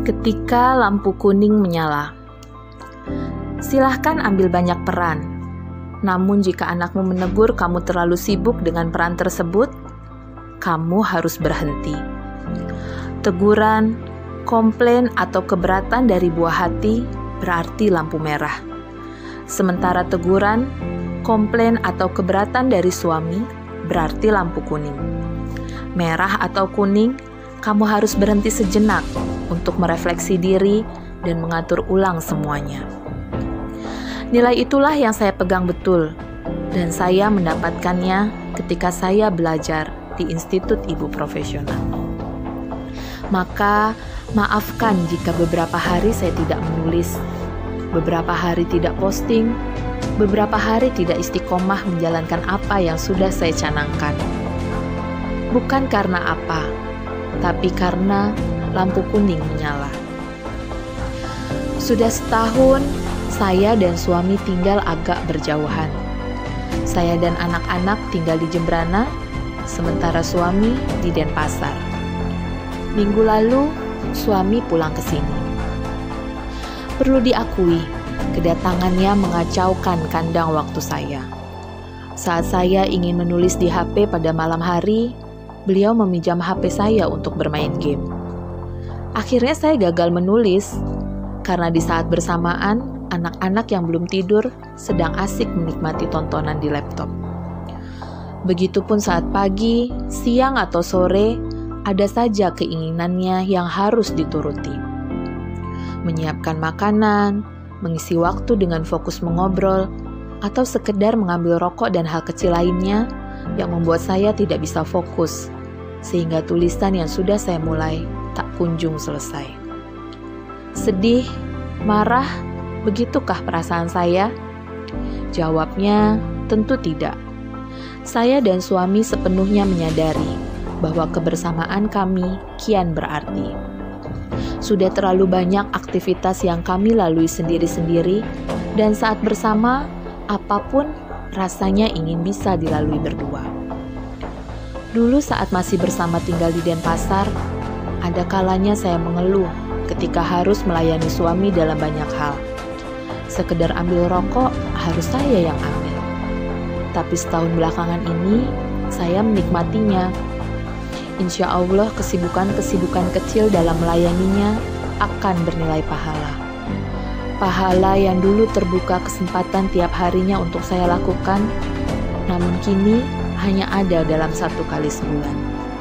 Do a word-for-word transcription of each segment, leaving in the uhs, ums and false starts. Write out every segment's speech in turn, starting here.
Ketika lampu kuning menyala. Silahkan ambil banyak peran. Namun jika anakmu menegur kamu terlalu sibuk dengan peran tersebut, kamu harus berhenti. Teguran, komplain, atau keberatan dari buah hati berarti lampu merah. Sementara teguran, komplain, atau keberatan dari suami berarti lampu kuning. Merah atau kuning, kamu harus berhenti sejenak untuk merefleksi diri dan mengatur ulang semuanya. Nilai itulah yang saya pegang betul, dan saya mendapatkannya ketika saya belajar di Institut Ibu Profesional. Maka, maafkan jika beberapa hari saya tidak menulis, beberapa hari tidak posting, beberapa hari tidak istiqomah menjalankan apa yang sudah saya canangkan. Bukan karena apa, tapi karena lampu kuning menyala. Sudah setahun, saya dan suami tinggal agak berjauhan. Saya dan anak-anak tinggal di Jembrana, sementara suami di Denpasar. Minggu lalu, suami pulang ke sini. Perlu diakui, kedatangannya mengacaukan kandang waktu saya. Saat saya ingin menulis di H P pada malam hari, beliau meminjam H P saya untuk bermain game. Akhirnya saya gagal menulis, karena di saat bersamaan, anak-anak yang belum tidur sedang asik menikmati tontonan di laptop. Begitupun saat pagi, siang, atau sore, ada saja keinginannya yang harus dituruti. Menyiapkan makanan, mengisi waktu dengan fokus mengobrol, atau sekedar mengambil rokok dan hal kecil lainnya yang membuat saya tidak bisa fokus, sehingga tulisan yang sudah saya mulai tak kunjung selesai. Sedih, marah, begitukah perasaan saya? Jawabnya, tentu tidak. Saya dan suami sepenuhnya menyadari bahwa kebersamaan kami kian berarti. Sudah terlalu banyak aktivitas yang kami lalui sendiri-sendiri, dan saat bersama, apapun rasanya ingin bisa dilalui berdua. Dulu saat masih bersama tinggal di Denpasar, ada kalanya saya mengeluh ketika harus melayani suami dalam banyak hal. Sekedar ambil rokok, harus saya yang ambil. Tapi setahun belakangan ini, saya menikmatinya. Insya Allah kesibukan-kesibukan kecil dalam melayaninya akan bernilai pahala. Pahala yang dulu terbuka kesempatan tiap harinya untuk saya lakukan, namun kini hanya ada dalam satu kali sebulan.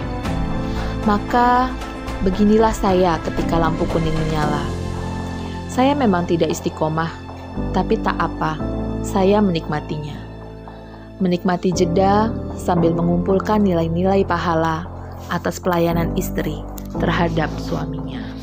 Maka, beginilah saya ketika lampu kuning menyala. Saya memang tidak istiqomah, tapi tak apa, saya menikmatinya. Menikmati jeda sambil mengumpulkan nilai-nilai pahala atas pelayanan istri terhadap suaminya.